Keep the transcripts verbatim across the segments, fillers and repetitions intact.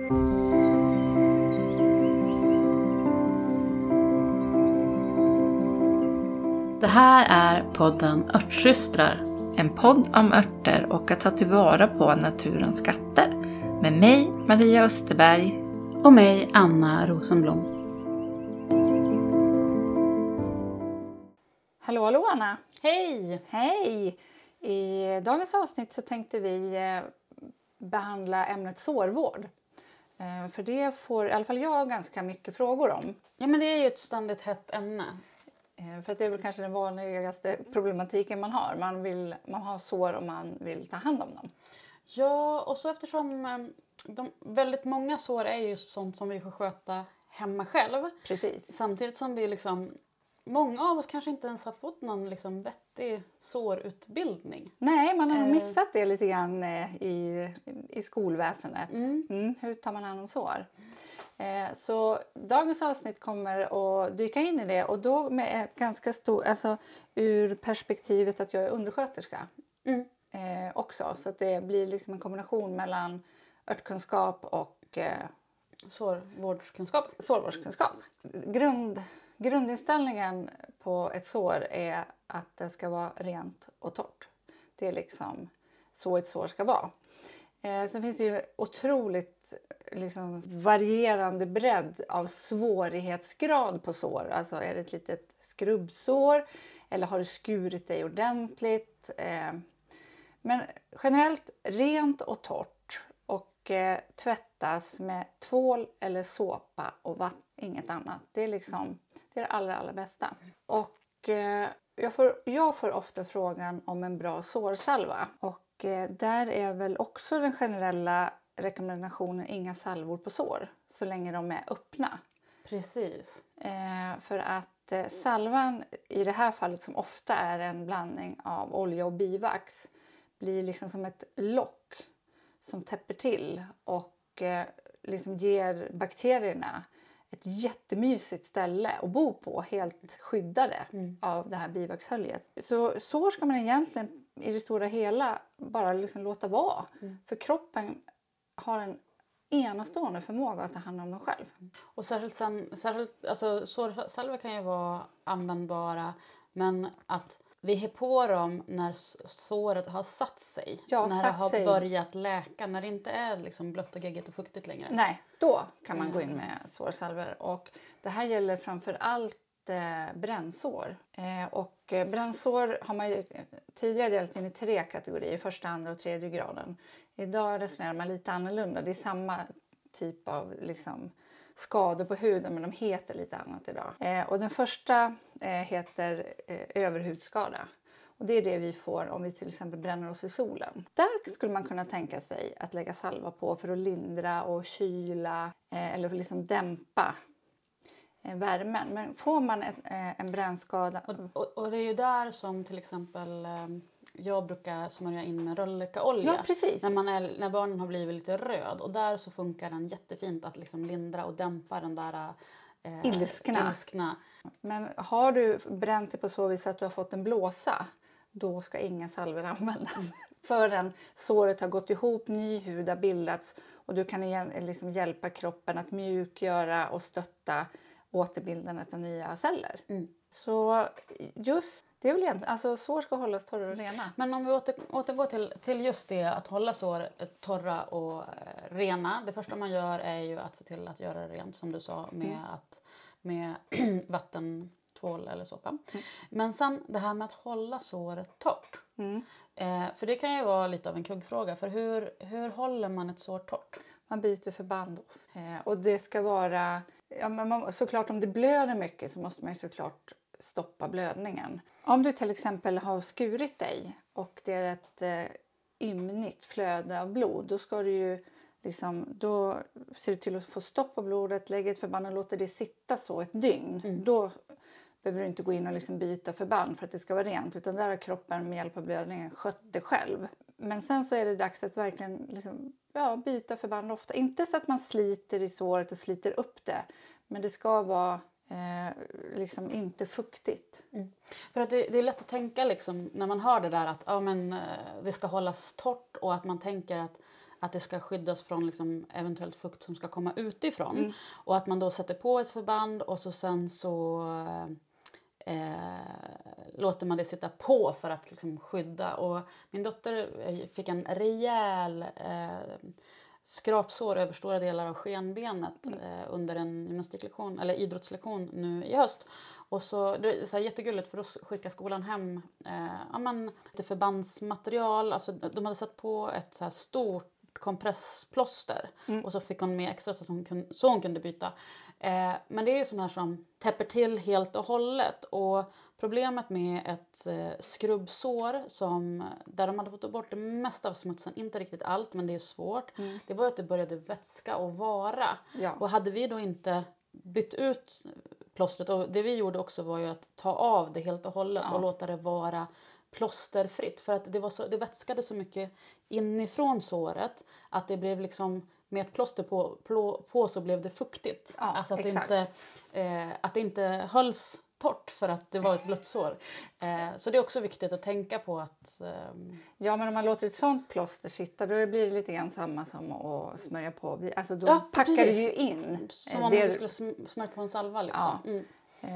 Det här är podden Örtsystrar. En podd om örter och att ta tillvara på naturens skatter. Med mig, Maria Österberg. Och mig, Anna Rosenblom. Hallå, hallå Anna. Hej! Hej! I dagens avsnitt så tänkte vi behandla ämnet sårvård. För det får i alla fall jag ganska mycket frågor om. Ja, men det är ju ett ständigt hett ämne. För att det är väl kanske den vanligaste problematiken man har. Man, vill, man har sår och man vill ta hand om dem. Ja, och så eftersom de, väldigt många sår är ju sånt som vi får sköta hemma själv. Precis. Samtidigt som vi liksom, många av oss kanske inte ens har fått någon liksom vettig sårutbildning. Nej, man har missat det lite grann i, i skolväsendet. Mm. Mm, hur tar man hand om sår? Så dagens avsnitt kommer att dyka in i det, och då med ett ganska stort, alltså ur perspektivet att jag är undersköterska Mm. eh, också. Så att det blir liksom en kombination mellan örtkunskap och eh, sårvårdskunskap. sårvårdskunskap. Grund, grundinställningen på ett sår är att det ska vara rent och torrt. Det är liksom så ett sår ska vara. Eh, sen finns det ju otroligt liksom, varierande bredd av svårighetsgrad på sår. Alltså är det ett litet skrubbsår eller har du skurit dig ordentligt? Eh, men generellt rent och torrt, och eh, tvättas med tvål eller såpa och vatten, inget annat. Det är liksom det, är det allra, allra bästa. Och eh, jag, får, jag får ofta frågan om en bra sårsalva, och där är väl också den generella rekommendationen inga salvor på sår så länge de är öppna. Precis. Eh, för att eh, salvan i det här fallet, som ofta är en blandning av olja och bivax, blir liksom som ett lock som täpper till och eh, liksom ger bakterierna ett jättemysigt ställe att bo på, helt skyddade mm. av det här bivaxhöljet. Så sår ska man egentligen i det stora hela bara liksom låta vara. Mm. För kroppen har en enastående förmåga att ta hand om dem själv. Och särskilt, sen, särskilt alltså, sårsalvor kan ju vara användbara, men att vi har på dem när såret har satt sig. Ja, när satt det har sig. börjat läka. När det inte är liksom blött och geggigt och fuktigt längre. Nej, då kan man mm. gå in med sårsalvor. Och det här gäller framför allt eh, brännsår. Eh, och eh, brännsår har man ju tidigare delat in i tre kategorier. Första, andra och tredje graden. Idag resonerar man lite annorlunda. Det är samma typ av liksom, skador på huden, men de heter lite annat idag. Eh, och den första eh, heter eh, överhudskada. Och det är det vi får om vi till exempel bränner oss i solen. Där skulle man kunna tänka sig att lägga salva på för att lindra och kyla eh, eller liksom dämpa eh, värmen. Men får man ett, eh, en brännskada... Och, och, och det är ju där som till exempel... Eh, jag brukar smörja in med röllekaolja. Ja, precis. När, man är, när barnen har blivit lite röd. Och där så funkar den jättefint att liksom lindra och dämpa den där eh, ilskna. ilskna. Men har du bränt det på så vis att du har fått en blåsa, då ska inga salvor användas. Mm. Förrän såret har gått ihop, ny hud har bildats, och du kan igen, liksom hjälpa kroppen att mjukgöra och stötta återbildandet av nya celler. Mm. Så just, det är väl egentligen, alltså sår ska hållas torra och rena. Men om vi åter, återgår till, till just det att hålla sår torra och eh, rena. Det första man gör är ju att se till att göra det rent, som du sa, med, mm. att, med vatten, tvål eller såpa. Mm. Men sen det här med att hålla såret torrt. Mm. Eh, för det kan ju vara lite av en kuggfråga. För hur, hur håller man ett sår torrt? Man byter förband. Eh, och det ska vara... Ja, men man, såklart om det blöder mycket så måste man ju såklart stoppa blödningen. Om du till exempel har skurit dig och det är ett eh, ymnigt flöde av blod, då ska du ju liksom, då ser du till att få stopp på blodet, lägger ett förband och låter det sitta så ett dygn. Mm. Då behöver du inte gå in och liksom byta förband för att det ska vara rent, utan där har kroppen med hjälp av blödningen skött det själv. Men sen så är det dags att verkligen liksom, ja, byta förband ofta. Inte så att man sliter i såret och sliter upp det, men det ska vara eh, liksom inte fuktigt. Mm. För att det, det är lätt att tänka liksom, när man hör det där att ja, men, det ska hållas torrt, och att man tänker att att det ska skyddas från liksom eventuellt fukt som ska komma utifrån. Mm. Och att man då sätter på ett förband och så sen så eh, låter man det sitta på för att liksom skydda. Och min dotter fick en rejäl eh, skrapsår över stora delar av skenbenet mm. eh, under en gymnastiklektion eller idrottslektion nu i höst. Och så det är så här jättegulligt för då skickar skolan hem eh, ja, men, lite förbandsmaterial. Alltså, de hade satt på ett så här stort kompressplåster mm. och så fick hon med extra så hon kunde, så hon kunde byta. Eh, men det är ju sån här som täpper till helt och hållet. Och problemet med ett eh, skrubbsår som, där de hade fått bort det mesta av smutsen, inte riktigt allt men det är svårt, mm. det var att det började vätska och vara. Ja. Och hade vi då inte bytt ut plåstret, och det vi gjorde också var ju att ta av det helt och hållet ja. och låta det vara plåsterfritt, för att det, var så, det vätskade så mycket inifrån såret att det blev liksom med ett plåster på, på, på så blev det fuktigt. Ja, alltså att, det exakt. inte, eh, att det inte hölls torrt för att det var ett blött sår. Eh, så det är också viktigt att tänka på att... Eh, ja, men om man låter ett sånt plåster sitta då blir det lite grann samma som att smörja på. Alltså då ja, packar precis. det ju in. Som om det... man skulle smörja på en salva liksom. Ja. Mm.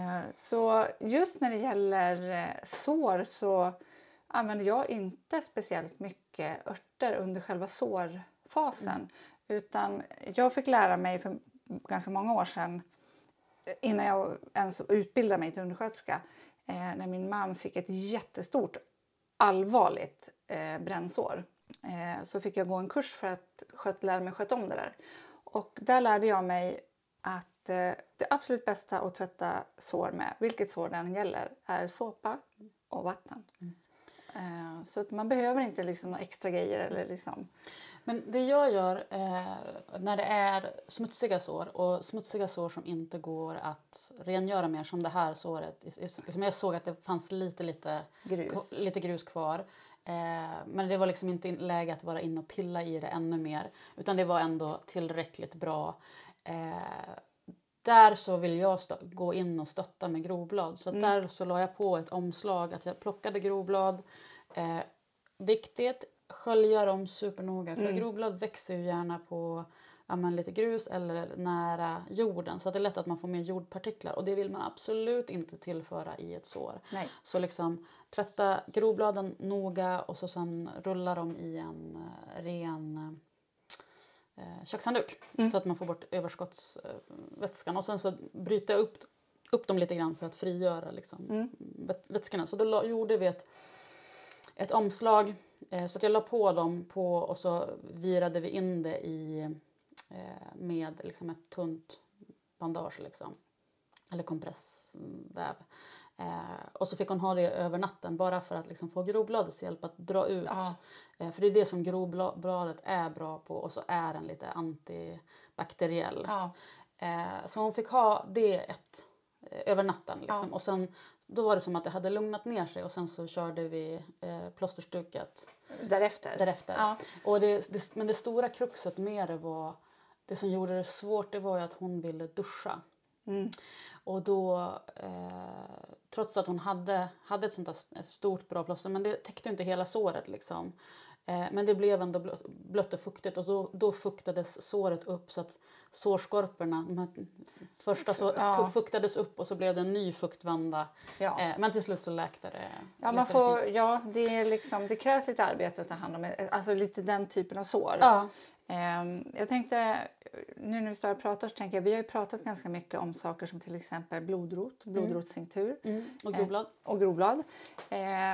Så just när det gäller sår så använder jag inte speciellt mycket örter under själva sårfasen. Mm. Utan jag fick lära mig för ganska många år sedan, innan jag ens utbildade mig till undersköterska, när min man fick ett jättestort allvarligt brännsår. Så fick jag gå en kurs för att sköt, lära mig sköta om det där. Och där lärde jag mig att det absolut bästa att tvätta sår med, vilket sår den gäller, är såpa och vatten. Mm. Så att man behöver inte liksom några extra grejer. Eller liksom. Men det jag gör eh, när det är smutsiga sår och smutsiga sår som inte går att rengöra mer, som det här såret. Liksom jag såg att det fanns lite, lite, grus. lite grus kvar. Eh, men det var liksom inte läge att vara in och pilla i det ännu mer. Utan det var ändå tillräckligt bra. Eh, Där så vill jag stö- gå in och stötta med groblad. Så mm. där så la jag på ett omslag att jag plockade groblad. Eh, viktigt, skölja dem supernoga. För mm. groblad växer ju gärna på ja, men lite grus eller nära jorden. Så att det är lätt att man får med jordpartiklar. Och det vill man absolut inte tillföra i ett sår. Nej. Så liksom tvätta grobladen noga och så sen rulla dem i en uh, ren... Eh, kökshandduk mm. så att man får bort överskottsvätskan och sen så bryter jag upp, upp dem lite grann för att frigöra liksom, mm. vätskorna. Så då la, gjorde vi ett, ett omslag eh, så att jag la på dem på och så virade vi in det i eh, med liksom ett tunt bandage liksom, eller kompressväv. Eh, och så fick hon ha det över natten bara för att liksom få grobladets hjälp att dra ut. Ja. Eh, för det är det som grobladet är bra på och så är den lite antibakteriell. Ja. Eh, så hon fick ha det ett, eh, över natten. Liksom. Ja. Och sen, då var det som att det hade lugnat ner sig och sen så körde vi eh, plåsterstuket därefter. därefter. Ja. Och det, det, men det stora kruxet med det var, det som gjorde det svårt, det var ju att hon ville duscha. Mm. Och då, eh, trots att hon hade, hade ett sånt där stort bra plåster, men det täckte inte hela såret liksom. Eh, men det blev ändå blött, blött och fuktigt och då, då fuktades såret upp så att sårskorporna, de här första så, ja. fuktades upp och så blev det en ny fuktvanda. Ja. Eh, men till slut så läkte det. Ja, man får, ja det, är liksom, det krävs lite arbete att ta hand om, alltså lite den typen av sår. Ja. Jag tänkte, nu när vi står och pratar så tänker jag, vi har ju pratat ganska mycket om saker som till exempel blodrot, blodrotstinktur mm. och groblad. Eh, och groblad. Eh,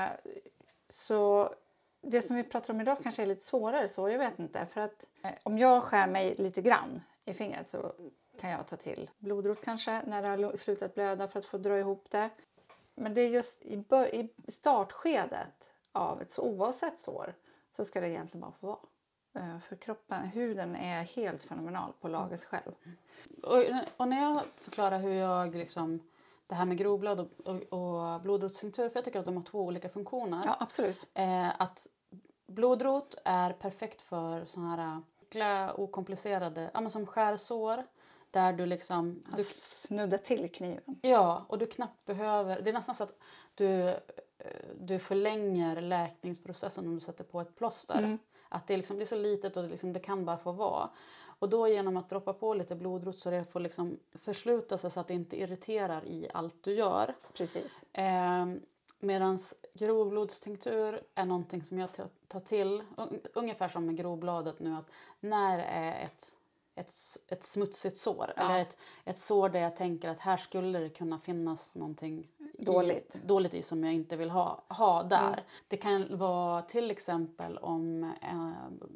så det som vi pratar om idag kanske är lite svårare så, jag vet inte. För att eh, om jag skär mig lite grann i fingret så kan jag ta till blodrot kanske när det har slutat blöda för att få dra ihop det. Men det är just i, bör- i startskedet av ett så oavsett sår så ska det egentligen bara få vara. För kroppen, huden är helt fenomenal på att laga sig själv. Och, och när jag förklarar hur jag liksom, det här med groblad och, och, och blodrotstinktur, för jag tycker att de har två olika funktioner. Ja, absolut. Eh, att blodrot är perfekt för såna här enkla, okomplicerade, ja, men som skärsår. Där du liksom... Du, snudda till kniven. Ja, och du knappt behöver... Det är nästan så att du, du förlänger läkningsprocessen om du sätter på ett plåster. Mm. Att det, är liksom, det är så litet och det, liksom, det kan bara få vara. Och då genom att droppa på lite blodrot så det får liksom försluta sig så att det inte irriterar i allt du gör. Precis. Eh, Medan grovblodstinktur är någonting som jag tar till, ungefär som med grovbladet nu, att när det är ett, ett, ett smutsigt sår, ja. eller ett, ett sår där jag tänker att här skulle det kunna finnas någonting dåligt i, dåligt i som jag inte vill ha, ha där. Mm. Det kan vara till exempel om eh,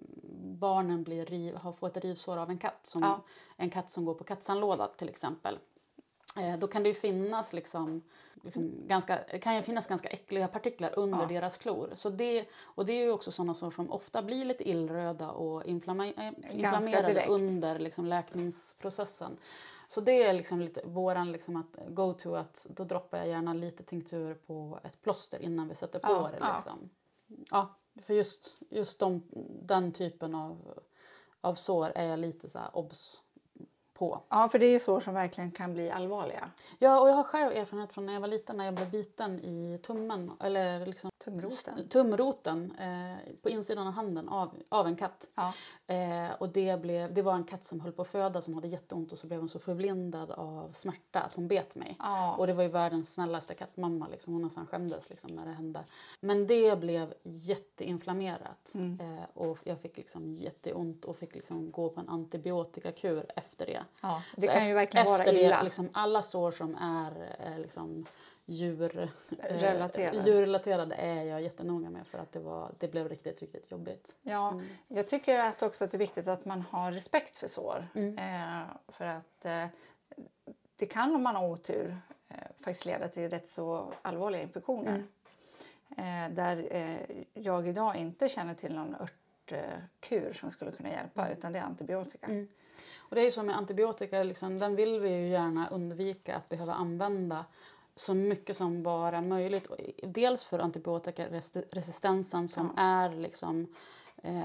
barnen blir riv, har fått ett rivsår av en katt, som, ja. en katt som går på kattsandlåda till exempel. Eh, då kan det ju finnas liksom, liksom ganska, kan ju finnas ganska äckliga partiklar under ja. deras klor. Så det, och det är ju också sådana sår som ofta blir lite illröda och inflamma- inflammerade under liksom läkningsprocessen. Så det är liksom lite våran liksom att go to, att då droppar jag gärna lite tinktur på ett plåster innan vi sätter på ja, det. Liksom. Ja. ja, för just, just de, den typen av, av sår är jag lite så här obs på. Ja, för det är sår som verkligen kan bli allvarliga. Ja, och jag har själv erfarenhet från när jag var liten, när jag blev biten i tummen, eller liksom tumroten, tumroten eh, på insidan av handen av, av en katt. Ja. Eh, och det, blev, det var en katt som höll på att föda, som hade jätteont, och så blev hon så förblindad av smärta att hon bet mig. Ja. Och det var ju världens snällaste kattmamma, liksom. Hon nästan skämdes liksom, när det hände. Men det blev jätteinflammerat. Mm. Eh, och jag fick liksom jätteont och fick liksom gå på en antibiotikakur efter det. Ja, det så kan ju verkligen vara efter illa. Det, liksom, alla sår som är eh, liksom, djur, relaterade. Eh, djurrelaterade är jag jättenoga med, för att det, var, det blev riktigt, riktigt jobbigt. Ja, mm. Jag tycker att också att det är viktigt att man har respekt för sår. Mm. Eh, för att eh, det kan, om man har otur, eh, faktiskt leda till rätt så allvarliga infektioner. Mm. Eh, där eh, jag idag inte känner till någon örtkur som skulle kunna hjälpa, mm. utan det är antibiotika. Mm. Och det är ju som med antibiotika, liksom, den vill vi ju gärna undvika att behöva använda så mycket som bara möjligt. Dels för antibiotikaresistensen som ja. är liksom, eh,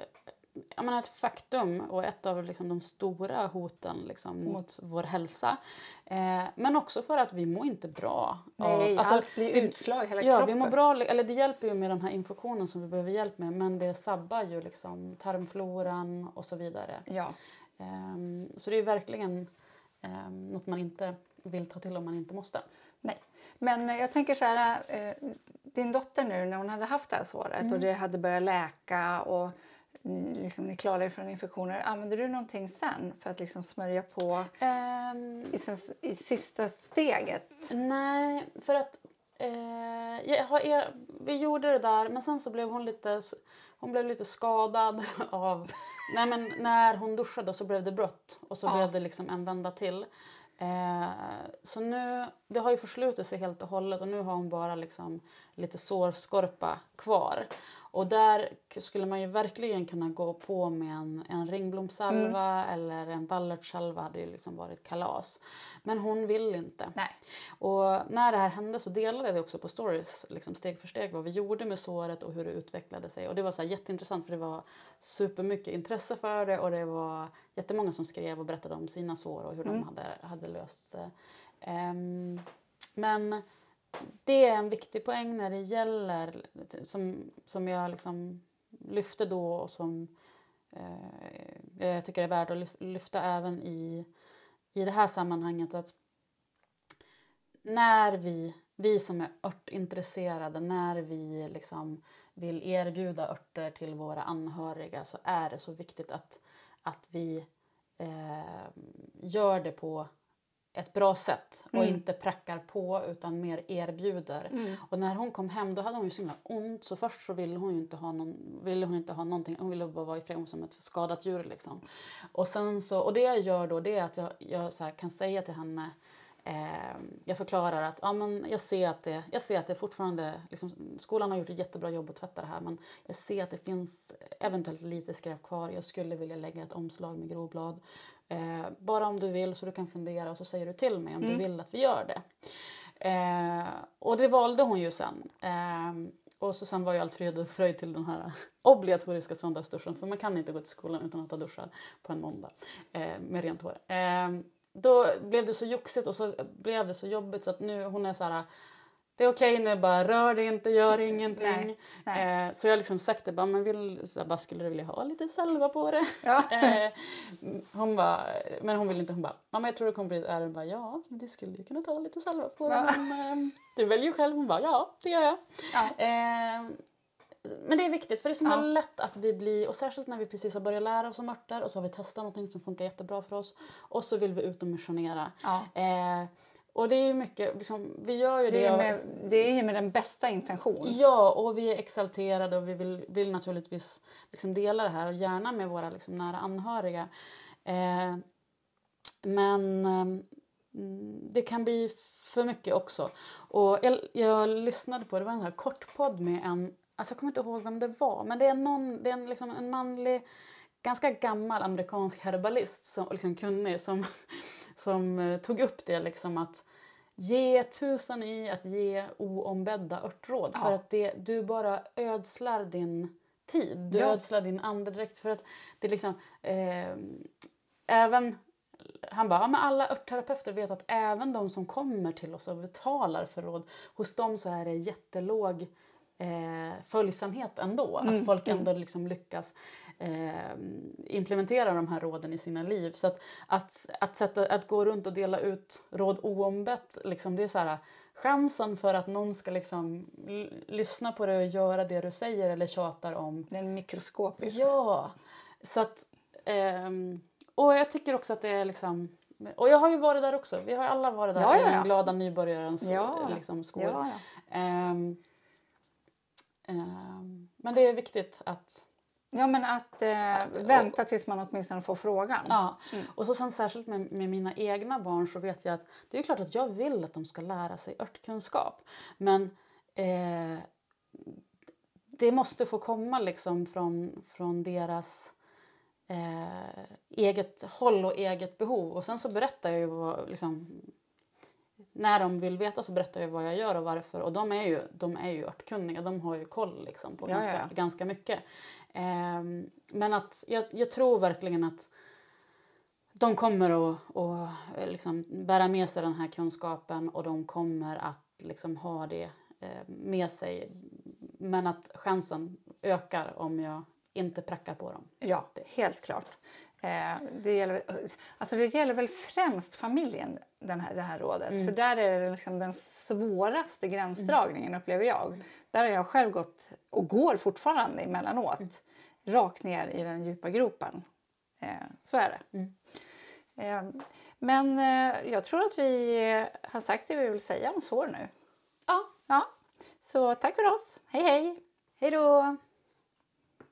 jag menar ett faktum och ett av liksom de stora hoten liksom mm. mot vår hälsa. Eh, men också för att vi mår inte bra. Nej, alltså, allt blir utslag i hela ja, kroppen. Vi mår bra, eller det hjälper ju med den här infektionen som vi behöver hjälp med, men det sabbar ju liksom tarmfloran och så vidare. Ja. Eh, så det är verkligen eh, något man inte vill ta till om man inte måste. Nej, men jag tänker så här, eh, din dotter nu när hon hade haft det här såret mm. och det hade börjat läka och liksom, ni klarade er från infektioner, använder du någonting sen för att liksom smörja på um, i, i sista steget? Nej, för att eh, jag har er, vi gjorde det där, men sen så blev hon lite, hon blev lite skadad av, nej men när hon duschade så blev det blött och så ja. blev det liksom en vända till. Eh, så nu, det har ju förslutit sig helt och hållet och nu har hon bara liksom lite sårskorpa kvar. Och där skulle man ju verkligen kunna gå på med en, en ringblomsalva mm. eller en ballertsalva, hade ju liksom varit kalas. Men hon vill inte. Nej. Och när det här hände så delade jag det också på stories, liksom steg för steg, vad vi gjorde med såret och hur det utvecklade sig. Och det var så här jätteintressant, för det var supermycket intresse för det och det var jättemånga som skrev och berättade om sina sår och hur mm. de hade, hade löst det. Um, men det är en viktig poäng när det gäller, som, som jag liksom lyfte då och som eh, jag tycker är värd att lyfta även i, i det här sammanhanget, att när vi, vi som är örtintresserade, när vi liksom vill erbjuda örter till våra anhöriga, så är det så viktigt att, att vi eh, gör det på ett bra sätt och mm. inte prackar på utan mer erbjuder. Mm. Och när hon kom hem då hade hon ju så himla ont, så först så ville hon ju inte ha någon, ville hon inte ha någonting, hon ville bara vara ifrån som ett skadat djur liksom. Och sen så, och det jag gör då, det är att jag, jag så här kan säga till henne, eh, jag förklarar att ja, men jag ser att det, jag ser att det fortfarande liksom, skolan har gjort ett jättebra jobb att tvätta det här, men jag ser att det finns eventuellt lite skräp kvar, jag skulle vilja lägga ett omslag med grovblad. Eh, bara om du vill, så du kan fundera och så säger du till mig om mm. du vill att vi gör det. Eh, och det valde hon ju sen. Eh, och så sen var ju allt frid och fröjd till den här obligatoriska söndagsduschen. För man kan inte gå till skolan utan att ha duschat på en måndag eh, med rent hår. Eh, då blev det så joxigt och så blev det så jobbigt så att nu hon är så här, det är okej nu, bara rör det inte, gör ingenting. Nej, nej. Eh, så jag har liksom sagt det, bara, men vill, så jag bara, skulle du vilja ha lite salva på det? Ja. eh, hon bara, men hon vill inte, hon bara, mamma jag tror det kommer bli är bara, ja, det skulle ju kunna ta lite salva på det, Ja. men eh, du väljer ju själv. Hon bara, ja, det gör jag. Ja. Eh, men det är viktigt, för det är så himla Ja. lätt att vi blir, och särskilt när vi precis har börjat lära oss om örter och så har vi testat någonting som funkar jättebra för oss och så vill vi ut och missionera. Ja. Eh, och det är ju mycket, liksom, vi gör ju det. Det är, med, det är ju med den bästa intention. Ja, och vi är exalterade och vi vill, vill naturligtvis liksom dela det här och gärna med våra liksom nära anhöriga. Eh, men eh, det kan bli för mycket också. Och jag, jag lyssnade på, det var en sån här kort podd med en, alltså jag kommer inte ihåg vem det var, men det är, någon, det är en, liksom en manlig, ganska gammal amerikansk herbalist, som, liksom kunnig, som, som eh, tog upp det liksom att ge tusan i att ge oombedda örtråd. Ja. För att det, du bara ödslar din tid. Du Ja. ödslar din andedräkt. För att det liksom... Eh, även... Han bara, ja, men alla örtterapeuter vet att även de som kommer till oss och betalar för råd, hos dem så är det jättelåg eh, följsamhet ändå. Mm, Att folk mm. ändå liksom lyckas eh, implementera de här råden i sina liv. Så att, att, att, sätta, att gå runt och dela ut råd oombett, liksom, det är så här, chansen för att någon ska liksom l- lyssna på det och göra det du säger eller tjatar om. Den mikroskopiska. Ja, så att... ehm, och jag tycker också att det är liksom... Och jag har ju varit där också. Vi har alla varit där Ja, i ja, ja. den glada nybörjarens Ja. liksom, skor. Ja, ja. Ehm, ehm, men det är viktigt att... ja, men att eh, vänta tills man åtminstone får frågan. Ja. Mm. Och så sen särskilt med, med mina egna barn så vet jag att det är klart att jag vill att de ska lära sig örtkunskap. Men eh, det måste få komma liksom från, från deras... Eh, eget håll och eget behov. Och sen så berättar jag ju vad, liksom, när de vill veta så berättar jag vad jag gör och varför. Och de är ju, de är ju örtkunniga, de har ju koll liksom, på Ja, ganska, ja. ganska mycket. Eh, men att jag, jag tror verkligen att de kommer att och, liksom, bära med sig den här kunskapen och de kommer att liksom, ha det eh, med sig. Men att chansen ökar om jag inte prackar på dem. Ja, helt klart. Eh, det, gäller, alltså det gäller väl främst familjen, den här, det här rådet. Mm. För där är det liksom den svåraste gränsdragningen, mm. upplever jag. Där har jag själv gått, och går fortfarande emellanåt, mm. rakt ner i den djupa gropen. Eh, så är det. Mm. Eh, men eh, jag tror att vi har sagt det vi vill säga om sår nu. Ja. Ja. Så tack för oss. Hej hej! Hej då!